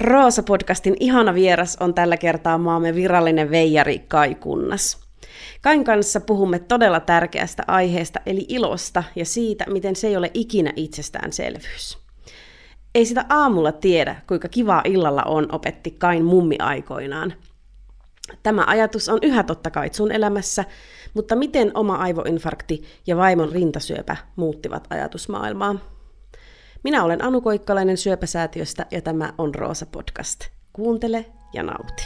Roosa-podcastin ihana vieras on tällä kertaa maamme virallinen veijari Kai Kunnas. Kain kanssa puhumme todella tärkeästä aiheesta eli ilosta ja siitä, miten se ei ole ikinä itsestäänselvyys. Ei sitä aamulla tiedä, kuinka kivaa illalla on, opetti Kain mummi aikoinaan. Tämä ajatus on yhä totta kai sun elämässä, mutta miten oma aivoinfarkti ja vaimon rintasyöpä muuttivat ajatusmaailmaa? Minä olen Anu Koikkalainen Syöpäsäätiöstä ja tämä on Roosa Podcast. Kuuntele ja nauti.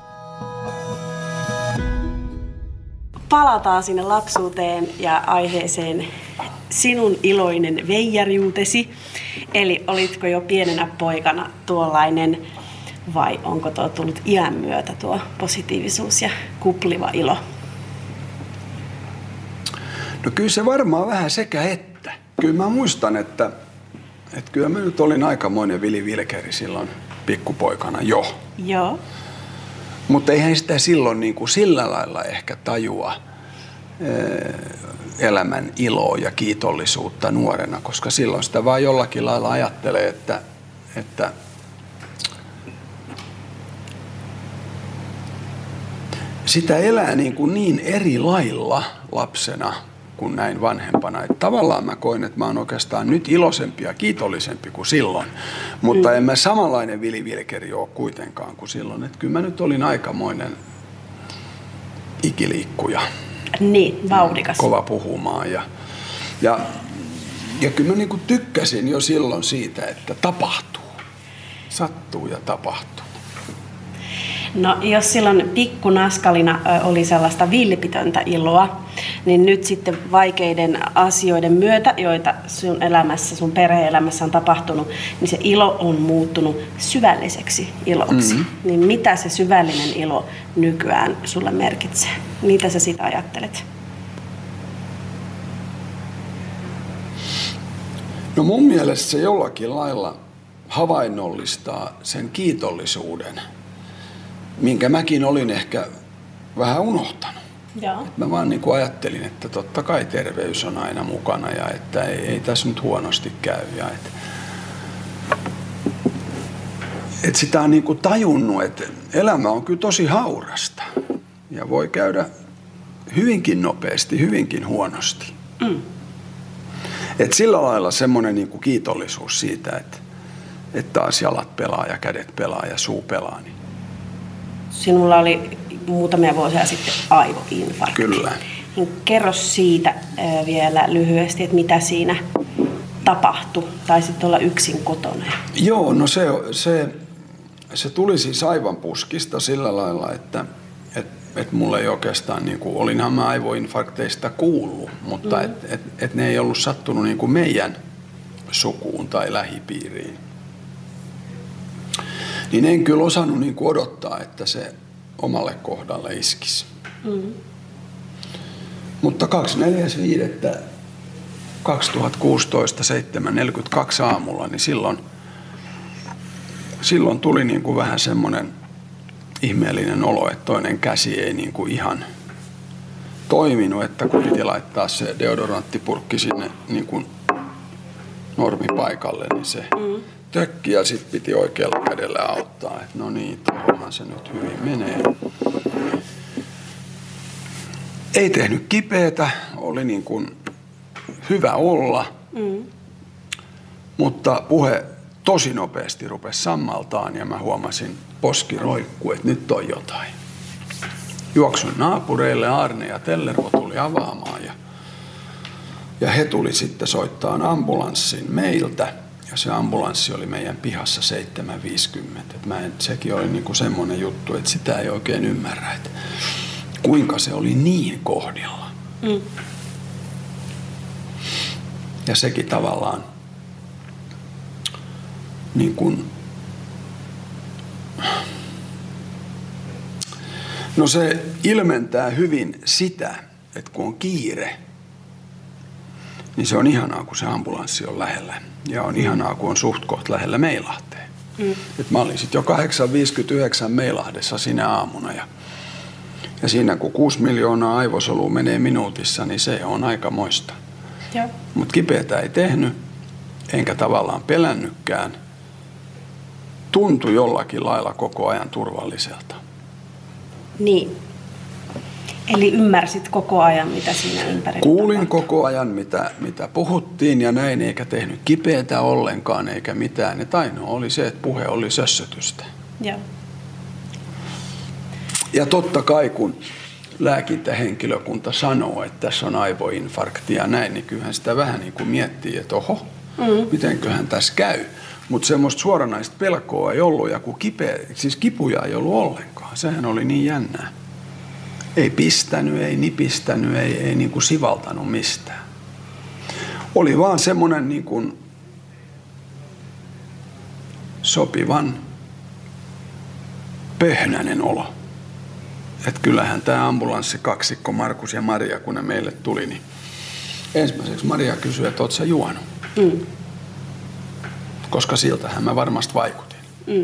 Palataan sinne lapsuuteen ja aiheeseen sinun iloinen veijariutesi. Eli olitko jo pienenä poikana tuollainen vai onko tuo tullut iän myötä tuo positiivisuus ja kupliva ilo? No kyllä se varmaan vähän sekä että. Kyllä mä muistan, että kyllä mä nyt olin aikamoinen Vili Vilkeri silloin pikkupoikana jo. Joo. Mutta eihän sitä silloin niin kuin sillä lailla ehkä tajua elämän iloa ja kiitollisuutta nuorena, koska silloin sitä vaan jollakin lailla ajattelee, että sitä elää niin eri lailla lapsena kuin näin vanhempana. Että tavallaan mä koin, että mä oon oikeastaan nyt iloisempi ja kiitollisempi kuin silloin, mutta en mä samanlainen Vili Vilkeri ole kuitenkaan kuin silloin. Että kyllä mä nyt olin aikamoinen ikiliikkuja. Niin, vauhdikas. Kova puhumaan. Ja kyllä mä niin kuin tykkäsin jo silloin siitä, että tapahtuu. Sattuu ja tapahtuu. No jos silloin pikkunaskalina oli sellaista vilpitöntä iloa, niin nyt sitten vaikeiden asioiden myötä, joita sun elämässä, sun perhe-elämässä on tapahtunut, niin se ilo on muuttunut syvälliseksi iloksi. Mm-hmm. Niin mitä se syvällinen ilo nykyään sulle merkitsee? Mitä sä sitä ajattelet? No mun mielestä se jollakin lailla havainnollistaa sen kiitollisuuden, minkä mäkin olin ehkä vähän unohtanut. Mä vaan niin kuin ajattelin, että totta kai terveys on aina mukana ja että ei tässä nyt huonosti käy. Ja että sitä on niin kuin tajunnut, että elämä on kyllä tosi haurasta ja voi käydä hyvinkin nopeasti, hyvinkin huonosti. Mm. Että sillä lailla semmoinen niin kuin kiitollisuus siitä, että taas jalat pelaa ja kädet pelaa ja suu pelaa. Niin sinulla oli muutamia vuosia sitten aivoinfarkti. Kyllä. Niin kerro siitä vielä lyhyesti, että mitä siinä tapahtui. Taisit olla yksin kotona. Joo, no se tuli siis aivan puskista sillä lailla, että mulla ei oikeastaan, niin kuin, olinhan mä aivoinfarkteista kuullut, mutta et ne ei ollut sattunut niin kuin meidän sukuun tai lähipiiriin. Niin en kyllä osannut niin kuin odottaa, että se omalle kohdalle iskisi. Mm. Mutta 24.5.2016 7.42 aamulla, niin silloin tuli niin kuin vähän semmoinen ihmeellinen olo, että toinen käsi ei niin kuin ihan toiminut, että kun piti laittaa se deodoranttipurkki sinne niin kuin normipaikalle, niin se tökki ja sitten piti oikealla kädellä auttaa, että no niin, tohonhan se nyt hyvin menee. Ei tehnyt kipeätä, oli niin kuin hyvä olla, mutta puhe tosi nopeasti rupesi sammaltaan ja mä huomasin poskiroikku, että nyt on jotain. Juoksun naapureille, Arne ja Tellervo tuli avaamaan ja he tuli sitten soittaa ambulanssin meiltä. Ja se ambulanssi oli meidän pihassa 7.50. Sekin oli niinku semmoinen juttu, että sitä ei oikein ymmärrä, että kuinka se oli niin kohdilla. Mm. Ja sekin tavallaan niin kuin, no se ilmentää hyvin sitä, että kun on kiire, niin se on ihanaa, kun se ambulanssi on lähellä. Ja on ihanaa, kun on suht koht lähellä Meilahteen. Et mä olin sitten jo 8.59 Meilahdessa sinä aamuna. Ja siinä kun 6 miljoonaa aivosolua menee minuutissa, niin se on aika moista. Mutta kipeätä ei tehnyt, enkä tavallaan pelännytkään. tuntui jollakin lailla koko ajan turvalliselta. Niin. Eli ymmärsit koko ajan, mitä siinä ympärillä Kuulin tapahtui. koko ajan, mitä puhuttiin ja näin, eikä tehnyt kipeätä ollenkaan eikä mitään. Et ainoa oli se, että puhe oli sössötystä. Joo. Ja totta kai, kun lääkintähenkilökunta sanoo, että tässä on aivoinfarkti ja näin, niin kyllähän sitä vähän niin kuin miettii, että oho, mitenköhän tässä käy. Mutta semmoista suoranaista pelkoa ei ollut ja siis kipuja ei ollut ollenkaan. Sehän oli niin jännää. Ei pistänyt, ei nipistänyt, ei niin kuin sivaltanut mistään. Oli vaan semmoinen niin kuin sopivan pöhnäinen olo. Että kyllähän tämä ambulanssikaksikko Markus ja Maria, kun ne meille tuli, niin ensimmäiseksi Maria kysyi, että ootko sä juonut? Koska siltähän mä varmasti vaikutin.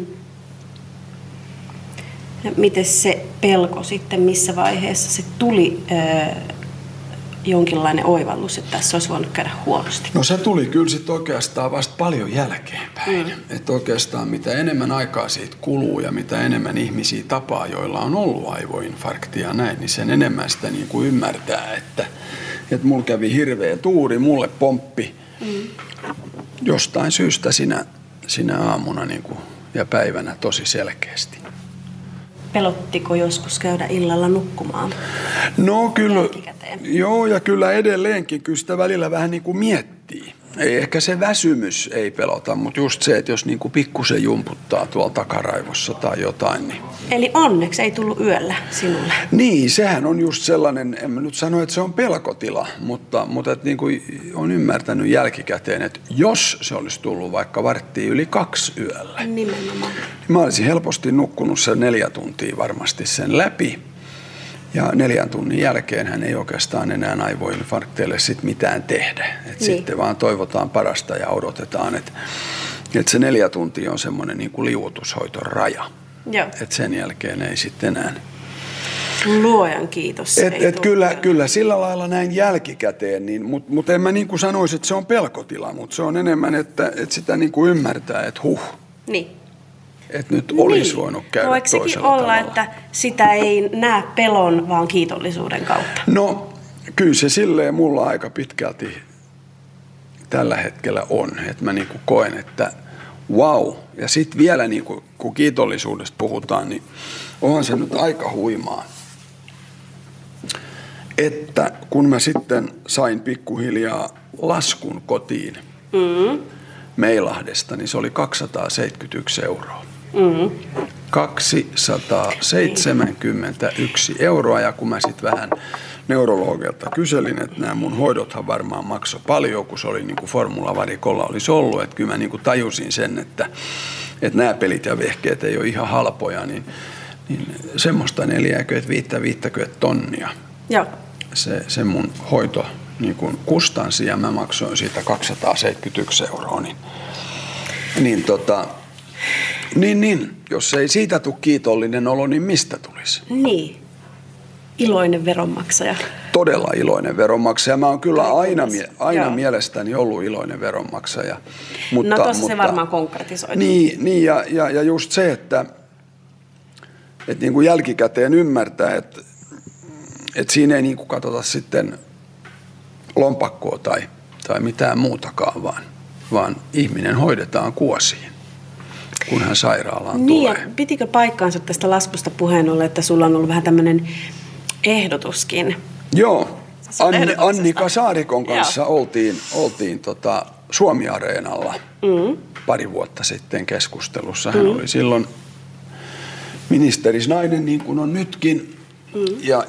Ja miten se pelko sitten, missä vaiheessa se tuli jonkinlainen oivallus, että tässä olisi voinut käydä huonosti? No se tuli kyllä sitten oikeastaan vasta paljon jälkeenpäin. Että oikeastaan mitä enemmän aikaa siitä kuluu ja mitä enemmän ihmisiä tapaa, joilla on ollut aivoinfarkti ja näin, niin sen enemmän sitä niin kuin ymmärtää, että mulla kävi hirveä tuuri, mulle pomppi jostain syystä sinä aamuna niin kuin, ja päivänä tosi selkeästi. Pelottiko joskus käydä illalla nukkumaan? No kyllä, jälkikäteen? joo, ja kyllä edelleenkin kyllä sitä välillä vähän niin kuin miettii. Ei ehkä se väsymys ei pelota, mutta just se, että jos niin kuin pikkusen jumputtaa tuolla takaraivossa tai jotain, niin... Eli onneksi ei tullut yöllä sinulle? Niin, sehän on just sellainen, en mä nyt sano, että se on pelkotila, mutta että niin kuin on ymmärtänyt jälkikäteen, että jos se olisi tullut vaikka 1:45 yöllä, Nimenomaan. niin mä olisin helposti nukkunut sen 4 tuntia varmasti sen läpi. Ja 4 tunnin jälkeen hän ei oikeastaan enää aivoinfarkteille sit mitään tehdä. Sitten vaan toivotaan parasta ja odotetaan, että se 4 tuntia on semmoinen niin kuin liuotushoiton raja. Joo. Että sen jälkeen ei sitten enää. Luojan kiitos. Kyllä sillä lailla näin jälkikäteen, niin, mutta en mä niin kuin sanoisi, että se on pelkotila, mutta se on enemmän, että sitä niin kuin ymmärtää, että Niin. Että nyt olisi voinut käydä Voiko toisella sekin olla, tavalla. että sitä ei näe pelon, vaan kiitollisuuden kautta? No, kyllä se silleen mulla aika pitkälti tällä hetkellä on. Että mä niinku koen, että wow. Ja sitten vielä, niinku, kun kiitollisuudesta puhutaan, niin onhan se nyt aika huimaa. Että kun mä sitten sain pikkuhiljaa laskun kotiin Meilahdesta, niin se oli 271 euroa. 271 euroa, ja kun mä sitten vähän neurologilta kyselin, että nämä mun hoidothan varmaan maksoi paljon, kun se oli niin kuin formulavarikolla olisi ollut, että kyllä mä niin kuin tajusin sen, että nämä pelit ja vehkeet ei ole ihan halpoja, niin semmoista 40-50 tonnia. Joo. Se mun hoito niin kuin kustansi, ja mä maksoin siitä 271 euroa, niin, jos ei siitä tule kiitollinen olo, niin mistä tulisi? Niin. Iloinen veronmaksaja. Todella iloinen veronmaksaja. Mä oon kyllä aina mielestäni ollut iloinen veronmaksaja. No tuossa se varmaan konkretisoitu. Niin ja just se, että niin kuin jälkikäteen ymmärtää, että siinä ei niin kuin katsota sitten lompakkoa tai mitään muutakaan, vaan ihminen hoidetaan kuosiin, kun hän sairaalaan tulee. Ja pitikö paikkaansa tästä laskusta puheen ollen, että sulla on ollut vähän tämmöinen ehdotuskin? Joo, Annika Saarikon kanssa oltiin Suomi-areenalla pari vuotta sitten keskustelussa. Hän oli silloin ministerisnainen, niin kuin on nytkin. Ja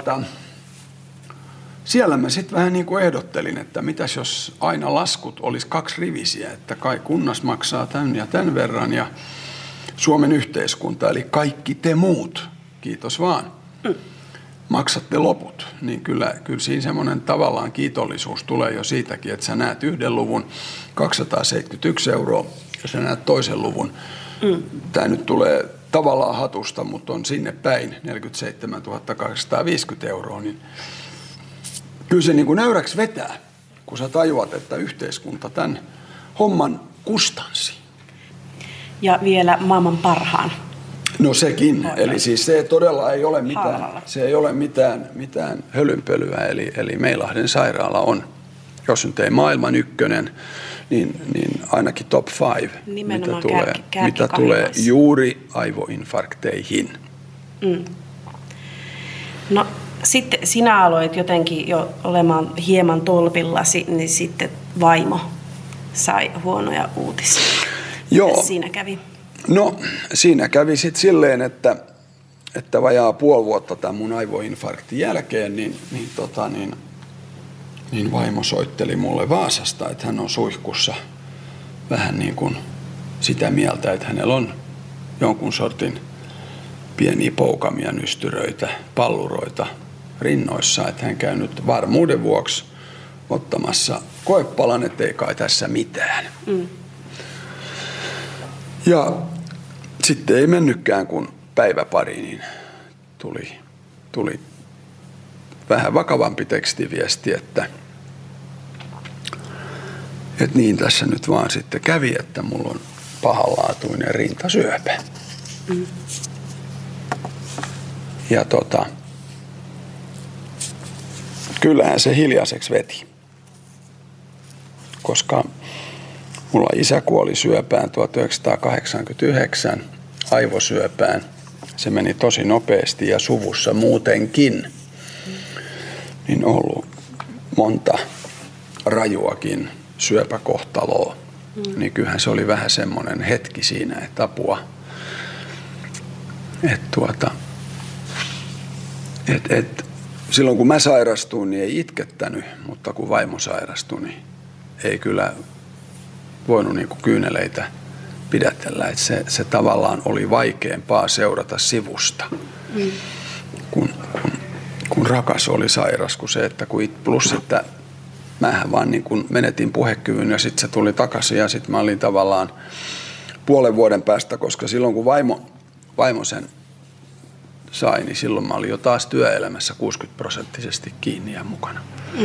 siellä mä sitten vähän niin kuin ehdottelin, että mitäs jos aina laskut olisi 2-rivisiä, että kai kunnas maksaa tämän ja tämän verran ja Suomen yhteiskunta, eli kaikki te muut, kiitos vaan, maksatte loput. Niin kyllä siinä semmoinen tavallaan kiitollisuus tulee jo siitäkin, että sä näet yhden luvun 271 euroa ja sä näet toisen luvun. Tämä nyt tulee tavallaan hatusta, mutta on sinne päin 47 850 euroa, niin kyllä se niin kuin nöyräksi vetää, kun sä tajuat, että yhteiskunta tämän homman kustansi. Ja vielä maailman parhaan. No sekin, eli siis se todella ei ole mitään, se ei ole mitään hölynpölyä, eli Meilahden sairaala on, jos nyt ei maailman ykkönen, niin ainakin top 5, mitä tulee juuri aivoinfarkteihin. No sitten sinä aloit jotenkin jo olemaan hieman tolpillasi, niin sitten vaimo sai huonoja uutisia. Joo. Ja siinä kävi? No siinä kävi sitten silleen, että vajaa puoli vuotta tämän mun aivoinfarktin jälkeen, niin vaimo soitteli mulle Vaasasta, että hän on suihkussa vähän niin kuin sitä mieltä, että hänellä on jonkun sortin pieniä poukamia, nystyröitä, palluroita rinnoissa, että hän käy nyt varmuuden vuoksi ottamassa koepalan, ettei kai tässä mitään. Ja sitten ei mennytkään kuin päivä pari, niin tuli vähän vakavampi tekstiviesti, että niin tässä nyt vaan sitten kävi, että mulla on pahanlaatuinen rintasyöpä. Ja kyllähän se hiljaiseksi veti, koska mulla isä kuoli syöpään 1989, aivosyöpään. Se meni tosi nopeasti ja suvussa muutenkin. Niin ollut monta rajuakin syöpäkohtaloa. Niin kyllähän se oli vähän semmoinen hetki siinä, että apua. Silloin kun mä sairastuin, niin ei itkettänyt, mutta kun vaimo sairastui, niin ei kyllä voinut niinku kyyneleitä pidätellä. Että se tavallaan oli vaikeampaa seurata sivusta, kun rakas oli sairas, kuin se, että plus että mähän vaan niin kun menetin puhekyvyn ja sitten se tuli takaisin ja sitten mä olin tavallaan puolen vuoden päästä, koska silloin kun vaimo sen sai, niin silloin mä olin jo taas työelämässä 60% kiinni ja mukana.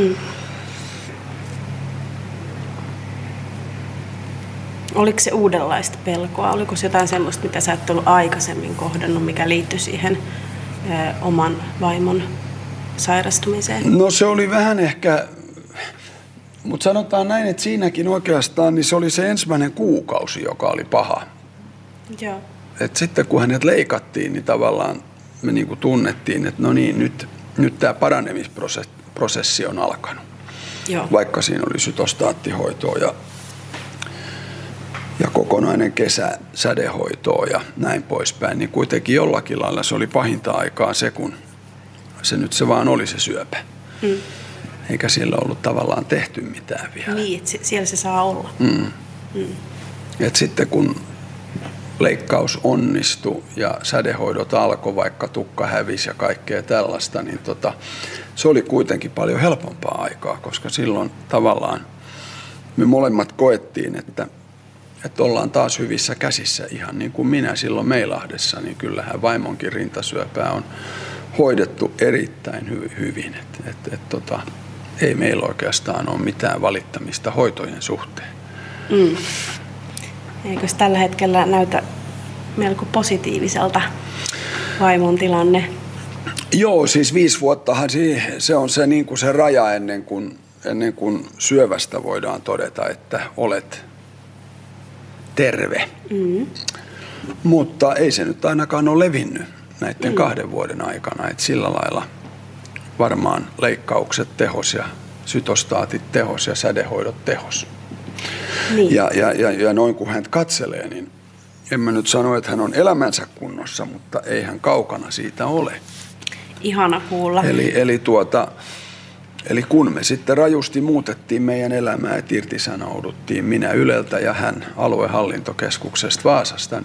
Oliko se uudenlaista pelkoa? Oliko se jotain semmoista, mitä sä et ollut aikaisemmin kohdannut, mikä liittyi siihen oman vaimon sairastumiseen? No se oli vähän ehkä, mutta sanotaan näin, että siinäkin oikeastaan niin se oli se ensimmäinen kuukausi, joka oli paha. Joo. Et sitten kun hänet leikattiin, niin tavallaan me niinku tunnettiin, että no niin, nyt tämä paranemisprosessi on alkanut. Joo. Vaikka siinä oli sytostaattihoitoa ja kokonainen kesä sädehoitoa ja näin poispäin, niin kuitenkin jollakin lailla se oli pahinta aikaa se, kun se vaan oli se syöpä. Eikä siellä ollut tavallaan tehty mitään vielä. Niin, että siellä se saa olla. Et sitten kun leikkaus onnistui ja sädehoidot alkoi, vaikka tukka hävisi ja kaikkea tällaista, niin se oli kuitenkin paljon helpompaa aikaa, koska silloin tavallaan me molemmat koettiin, että ollaan taas hyvissä käsissä, ihan niin kuin minä silloin Meilahdessa, niin kyllähän vaimonkin rintasyöpää on hoidettu erittäin hyvin. Ei meillä oikeastaan ole mitään valittamista hoitojen suhteen. Eikös tällä hetkellä näytä melko positiiviselta vaimon tilanne? Joo, siis 5 vuottahan se on se, niin kuin se raja ennen kuin syövästä voidaan todeta, että olet terve. Mutta ei se nyt ainakaan ole levinnyt näiden 2 vuoden aikana. Et sillä lailla varmaan leikkaukset tehos ja sytostaatit tehos ja sädehoidot tehos. Niin. Ja noin kun hän katselee, niin en mä nyt sano, että hän on elämänsä kunnossa, mutta ei hän kaukana siitä ole. Ihana kuulla. Eli kun me sitten rajusti muutettiin meidän elämää, että irtisanouduttiin minä Yleltä ja hän aluehallintokeskuksesta Vaasasta,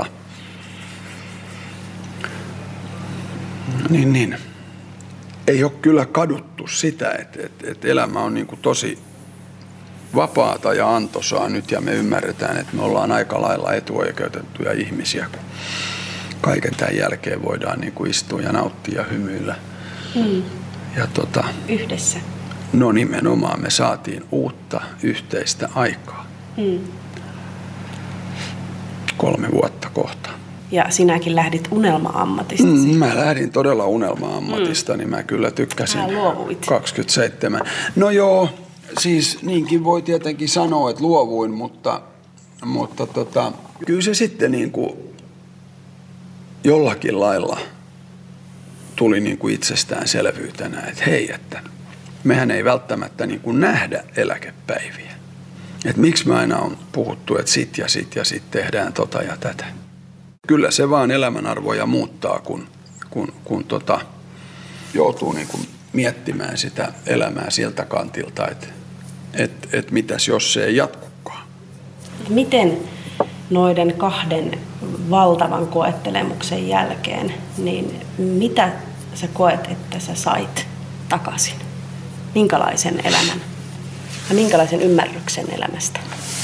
niin ei ole kyllä kaduttu sitä, että elämä on niin kuin tosi vapaata ja antoisaa nyt ja me ymmärretään, että me ollaan aika lailla etuoikeutettuja ihmisiä, kun kaiken tämän jälkeen voidaan niin kuin istua ja nauttia ja hymyillä. Ja yhdessä. No nimenomaan me saatiin uutta yhteistä aikaa. 3 vuotta kohta. Ja sinäkin lähdit unelma-ammatista. Mä lähdin todella unelma-ammatista, niin mä kyllä tykkäsin. 27. No joo, siis niinkin voi tietenkin sanoa, että luovuin, mutta kyllä se sitten niin kuin jollakin lailla tuli niin kuin itsestäänselvyytenä, että hei, että mehän ei välttämättä niin kuin nähdä eläkepäiviä. Että miksi me aina on puhuttu, että sit ja sit tehdään tota ja tätä. Kyllä se vaan elämänarvoja muuttaa, kun joutuu niin kuin miettimään sitä elämää siltä kantilta, että mitäs jos se ei jatkukaan. Miten noiden 2 valtavan koettelemuksen jälkeen, niin mitä sä koet, että sä sait takaisin? Minkälaisen elämän ja minkälaisen ymmärryksen elämästä?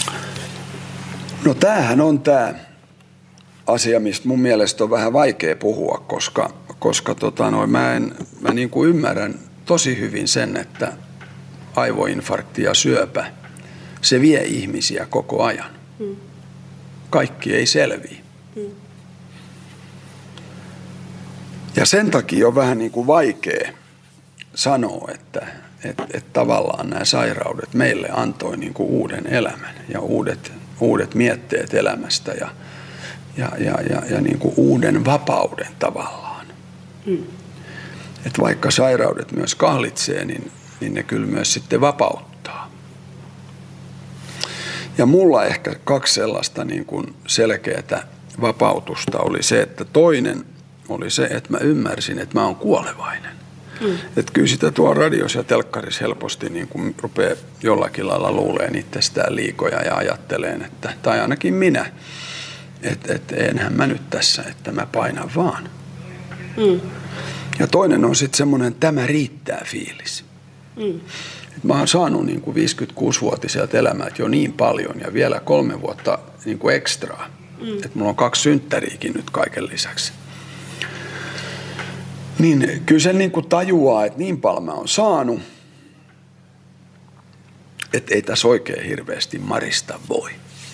No tämähän on tämä asia, mistä mun mielestä on vähän vaikea puhua, koska mä niin kuin ymmärrän tosi hyvin sen, että aivoinfarkti ja syöpä, se vie ihmisiä koko ajan. Kaikki ei selviä. Ja sen takia on vähän niin kuin vaikea sanoa, että tavallaan nämä sairaudet meille antoi niin kuin uuden elämän ja uudet mietteet elämästä ja niin kuin uuden vapauden tavallaan. Että vaikka sairaudet myös kahlitsee, niin ne kyllä myös sitten vapauttaa. Ja mulla ehkä 2 sellaista niin kuin selkeää vapautusta oli se, että toinen oli se, että mä ymmärsin, että mä oon kuolevainen. Että kyllä sitä tuo radiossa ja telkkarissa helposti niin kuin rupeaa jollakin lailla luuleen itsestään liikoja ja ajatteleen, että, tai ainakin minä, että enhän mä nyt tässä, että mä painan vaan. Ja toinen on sitten semmoinen tämä riittää -fiilis. Et mä oon saanut niin kuin 56-vuotiselta elämältä jo niin paljon ja vielä 3 vuotta niin kuin ekstraa. Että mulla on 2 synttäriäkin nyt kaiken lisäksi. Niin kyllä se niin kuin tajuaa, että niin paljon mä oon saanut, että ei tässä oikein hirveästi marista voi.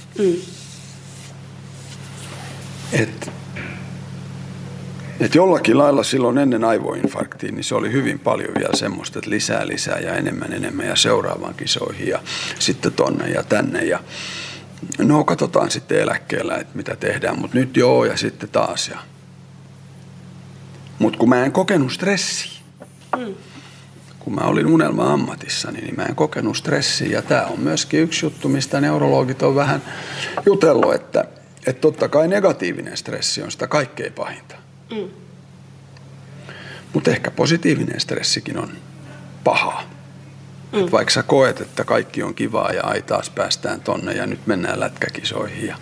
Et jollakin lailla silloin ennen aivoinfarktia, niin se oli hyvin paljon vielä semmoista, että lisää ja enemmän ja seuraavaan kisoihin ja sitten tonne ja tänne. Ja no katsotaan sitten eläkkeellä, että mitä tehdään, mutta nyt joo ja sitten taas. Mutta kun mä en kokenut stressiä, kun mä olin unelma-ammatissa, niin mä en kokenut stressiä. Ja tää on myöskin yksi juttu, mistä neurologit on vähän jutellut, että totta kai negatiivinen stressi on sitä kaikkein pahinta. Mutta ehkä positiivinen stressikin on pahaa. Et vaikka sä koet, että kaikki on kivaa ja ai taas päästään tonne ja nyt mennään lätkäkisoihin.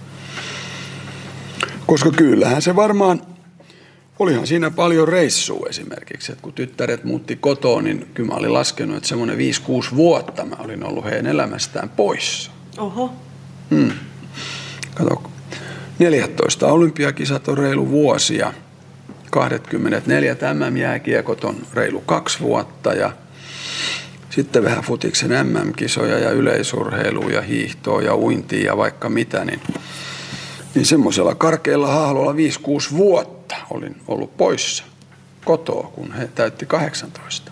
Koska kyllähän se varmaan, olihan siinä paljon reissua esimerkiksi. Et kun tyttäret muutti kotoon, niin kyllä mä olin laskenut, että semmoinen 5-6 vuotta mä olin ollut heidän elämästään poissa. Oho. Kato, 14 olympiakisat on reilu vuosi ja 24 MM-jääkiekot on reilu 2 vuotta ja sitten vähän futiksen MM-kisoja ja yleisurheilua ja hiihtoa ja uintia ja vaikka mitä, niin semmoisella karkealla hahlolla 5-6 vuotta olin ollut poissa kotoa, kun he täytti 18.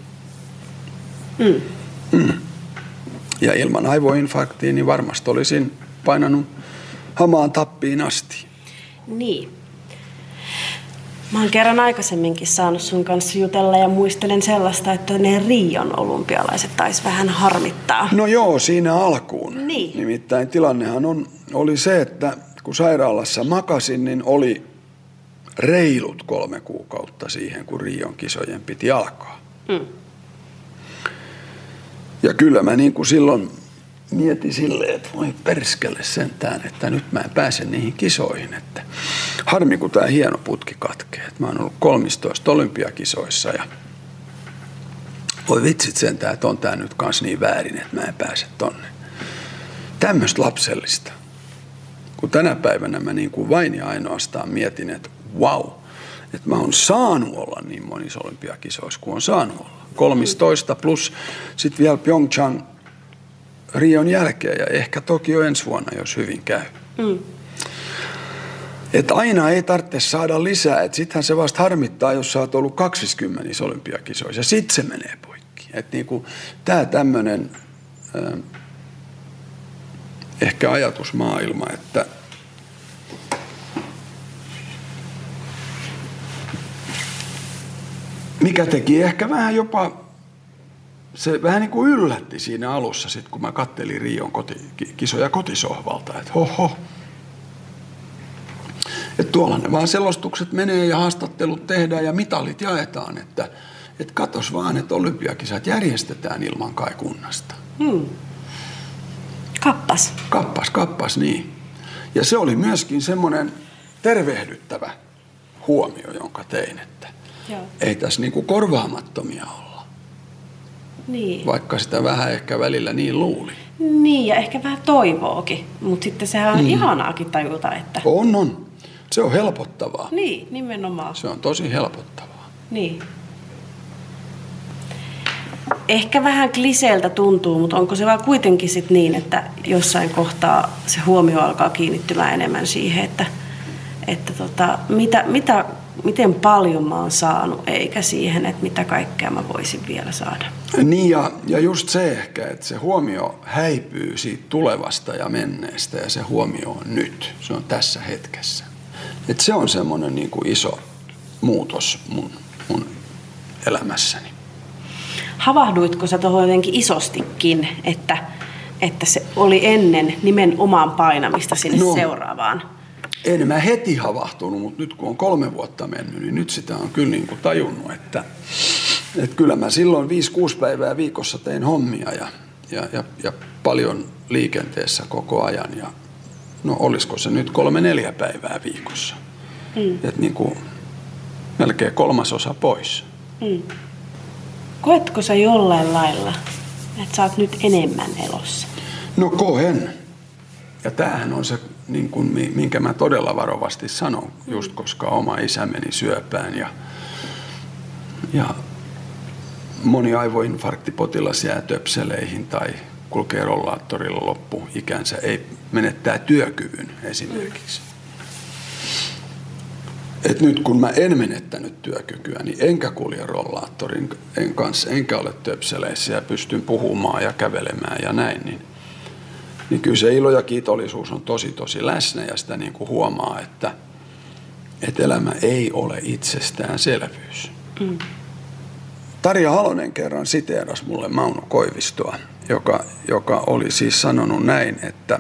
Ja ilman aivoinfarktia niin varmasti olisin painanut hamaan tappiin asti. Niin. Mä oon kerran aikaisemminkin saanut sun kanssa jutella ja muistelen sellaista, että ne Rion olympialaiset taisi vähän harmittaa. No joo, siinä alkuun. Niin. Nimittäin tilannehan oli se, että kun sairaalassa makasin, niin oli reilut 3 kuukautta siihen, kun Rion kisojen piti alkaa. Ja kyllä mä niin kuin silloin mietin silleen, että voi perskele sentään, että nyt mä en pääse niihin kisoihin. Että harmi, kun tää hieno putki katkee. Mä oon ollut 13 olympiakisoissa ja voi vitsit sentään, että on tää nyt kans niin väärin, että mä en pääse tonne. Tämmöistä lapsellista. Kun tänä päivänä mä niin kuin vain ja ainoastaan mietin, että vau, että mä oon saanut olla niin monissa olympiakisoissa kuin on saanut olla. 13 plus sitten vielä Pyeongchang Rion jälkeen ja ehkä Tokio ensi vuonna, jos hyvin käy. Että aina ei tarvitse saada lisää. Että sittenhän se vasta harmittaa, jos sä oot ollut 20 olympiakisoissa. Ja sitten se menee poikki. Että niinku, tää tämmönen ehkä ajatusmaailma, että mikä teki ehkä vähän jopa, se vähän niin kuin yllätti siinä alussa, sit kun mä kattelin Rion kisoja kotisohvalta, että että tuolla ne vaan selostukset menee ja haastattelut tehdään ja mitalit jaetaan, että katos vaan, että olympiakisat järjestetään ilman kaikunnasta. Kappas, niin. Ja se oli myöskin semmoinen tervehdyttävä huomio, jonka tein, että ei tässä niinku korvaamattomia olla. Niin. Vaikka sitä vähän ehkä välillä niin luuli. Niin, ja ehkä vähän toivookin, mutta sitten sehän on ihanaakin tajuta, että... On. Se on helpottavaa. Niin, nimenomaan. Se on tosi helpottavaa. Niin. Ehkä vähän kliseeltä tuntuu, mutta onko se vaan kuitenkin sit niin, että jossain kohtaa se huomio alkaa kiinnittymään enemmän siihen, että miten paljon mä oon saanut, eikä siihen, että mitä kaikkea mä voisin vielä saada. Niin, ja just se ehkä, että se huomio häipyy siitä tulevasta ja menneestä, ja se huomio on nyt. Se on tässä hetkessä. Että se on semmoinen niin kuin iso muutos mun elämässäni. Havahduitko sä tuohon jotenkin isostikin, että se oli ennen nimenomaan painamista sinne seuraavaan? En mä heti havahtunut, mutta nyt kun on 3 vuotta mennyt, niin nyt sitä on kyllä niin kuin tajunnut, että kyllä mä silloin 5-6 päivää viikossa tein hommia ja paljon liikenteessä koko ajan. Ja no olisiko se nyt 3-4 päivää viikossa. Että niin kuin melkein 1/3 pois. Koetko sä jollain lailla, että sä oot nyt enemmän elossa? No koen. Ja tämähän on se, niin kuin, minkä mä todella varovasti sanon, just koska oma isä meni syöpään ja moni aivoinfarktipotilas jää töpseleihin tai kulkee rollaattorilla loppuikänsä, ei menettää työkyvyn esimerkiksi. Et nyt kun mä en menettänyt työkykyä, niin enkä kulje rollaattorin kanssa, enkä ole töpseleissä ja pystyn puhumaan ja kävelemään ja näin, niin kyllä se ilo ja kiitollisuus on tosi läsnä ja sitä niin kuin huomaa, että elämä ei ole itsestäänselvyys. Tarja Halonen kerran siteerasi mulle Mauno Koivistoa, joka oli siis sanonut näin, että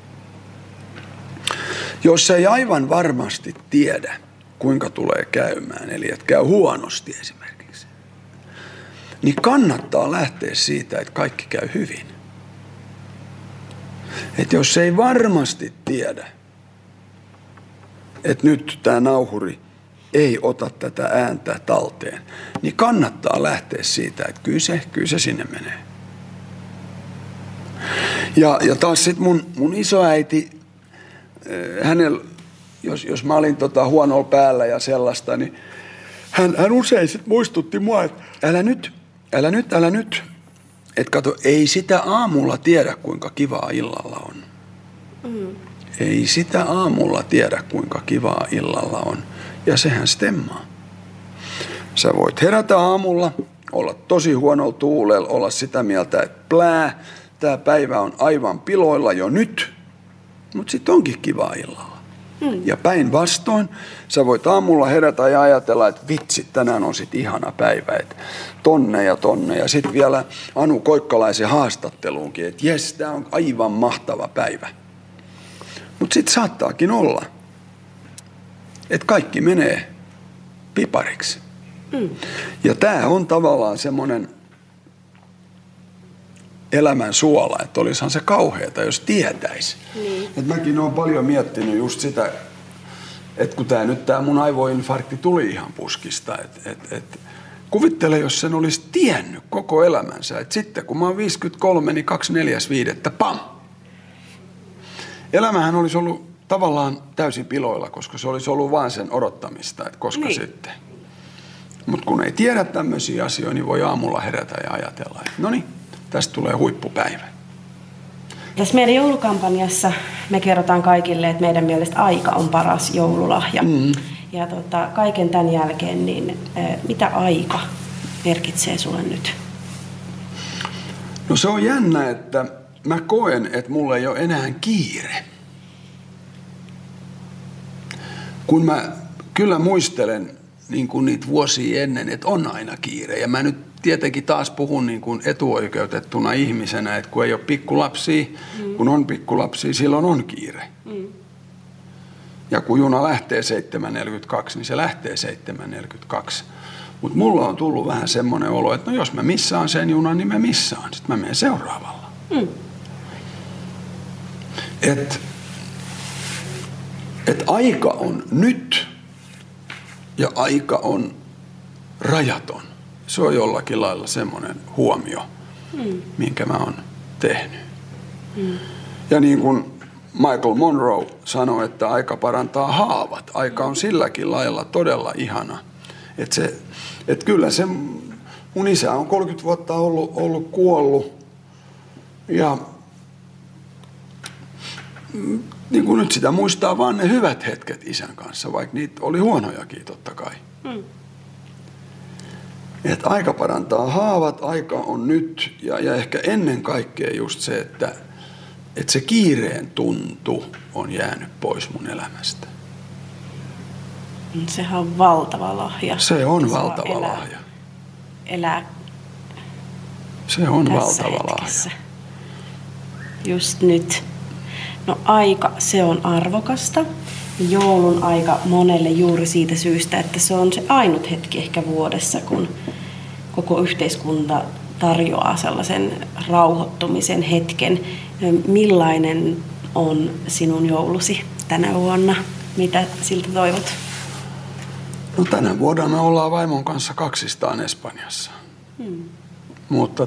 jos ei aivan varmasti tiedä, kuinka tulee käymään, eli että käy huonosti esimerkiksi, niin kannattaa lähteä siitä, että kaikki käy hyvin. Että jos ei varmasti tiedä, että nyt tämä nauhuri ei ota tätä ääntä talteen, niin kannattaa lähteä siitä, että kyllä se sinne menee. Ja taas sitten mun isoäiti, hänellä, jos mä olin huonolla päällä ja sellaista, niin hän usein sit muistutti mua, että älä nyt. Että kato, ei sitä aamulla tiedä, kuinka kivaa illalla on. Ei sitä aamulla tiedä, kuinka kivaa illalla on. Ja sehän stemmaa. Sä voit herätä aamulla, olla tosi huonolla tuulella, olla sitä mieltä, että tää päivä on aivan piloilla jo nyt. Mutta sit onkin kivaa illalla. Ja päinvastoin, sä voit aamulla herätä ja ajatella, että vitsi, tänään on sit ihana päivä, että tonne. Ja sit vielä Anu Koikkalaisen haastatteluunkin, että jes, tää on aivan mahtava päivä. Mutta sit saattaakin olla, että kaikki menee pipariksi. Ja tää on tavallaan semmoinen elämän suola, että olisihan se kauheata, jos tietäisi. Et mäkin olen paljon miettinyt just sitä, että kun tää mun aivoinfarkti tuli ihan puskista, että kuvittele, jos sen olisi tiennyt koko elämänsä, että sitten kun mä oon 53, niin 24.5. pam! Elämähän olisi ollut tavallaan täysin piloilla, koska se olisi ollut vaan sen odottamista, että koska sitten. Mutta kun ei tiedä tämmöisiä asioita, niin voi aamulla herätä ja ajatella, että noniin, tästä tulee huippupäivä. Tässä meidän joulukampanjassa me kerrotaan kaikille, että meidän mielestä aika on paras joululahja. Ja kaiken tämän jälkeen, niin mitä aika merkitsee sulle nyt? No se on jännä, että mä koen, että mulla ei ole enää kiire. Kun mä kyllä muistelen niin kuin niitä vuosia ennen, että on aina kiire. Ja mä nyt tietenkin taas puhun niin kuin etuoikeutettuna ihmisenä, että kun ei ole pikkulapsia, kun on pikkulapsia, silloin on kiire. Ja kun juna lähtee 7.42, niin se lähtee 7.42. Mutta mulla on tullut vähän semmoinen olo, että no jos mä missaan sen junan, niin mä missaan. Sitten mä menen seuraavalla. Et aika on nyt ja aika on rajaton. Se on jollakin lailla semmoinen huomio, minkä mä oon tehnyt. Ja niin kuin Michael Monroe sanoi, että aika parantaa haavat. Aika on silläkin lailla todella ihana. Että kyllä se, mun isä on 30 vuotta ollut kuollut. Ja niin kuin nyt sitä muistaa vaan ne hyvät hetket isän kanssa, vaikka niitä oli huonojakin totta kai. Että aika parantaa haavat, aika on nyt ja ehkä ennen kaikkea just se, että se kiireen tuntu on jäänyt pois mun elämästä. Sehän on valtava lahja. Se on valtava lahja. Elää se on valtava lahja. Just nyt. No aika, se on arvokasta. Joulun aika monelle juuri siitä syystä, että se on se ainut hetki ehkä vuodessa, kun koko yhteiskunta tarjoaa sellaisen rauhoittumisen hetken. Millainen on sinun joulusi tänä vuonna? Mitä siltä toivot? No tänä vuonna me ollaan vaimon kanssa kaksistaan Espanjassa. Mutta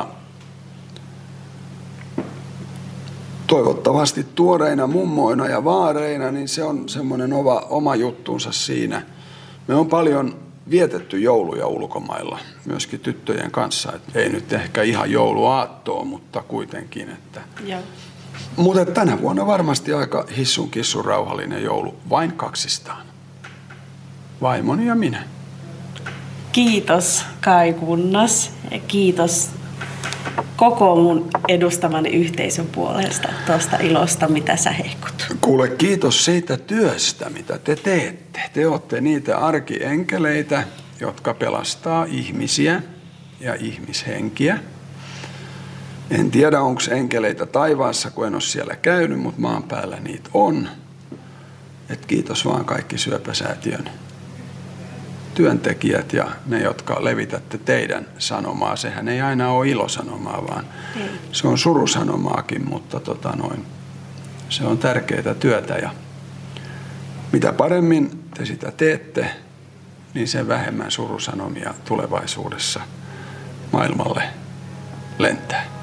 toivottavasti tuoreina mummoina ja vaareina, niin se on semmoinen oma juttuunsa siinä. Me on paljon vietetty jouluja ulkomailla, myöskin tyttöjen kanssa. Et ei nyt ehkä ihan jouluaattoa, mutta kuitenkin. Mutta tänä vuonna varmasti aika hissun kissun rauhallinen joulu, vain kaksistaan. Vaimoni ja minä. Kiitos Kai Kunnas ja kiitos koko mun edustamani yhteisön puolesta tuosta ilosta, mitä sä hehkut. Kuule, kiitos siitä työstä, mitä te teette. Te olette niitä arkienkeleitä, jotka pelastaa ihmisiä ja ihmishenkiä. En tiedä, onko enkeleitä taivaassa, kun en ole siellä käynyt, mutta maan päällä niitä on. Et kiitos vaan kaikki Syöpäsäätiön työntekijät ja ne, jotka levitätte teidän sanomaa. Sehän ei aina ole ilosanomaa, vaan se on surusanomaakin, mutta se on tärkeää työtä. Ja mitä paremmin te sitä teette, niin sen vähemmän surusanomia tulevaisuudessa maailmalle lentää.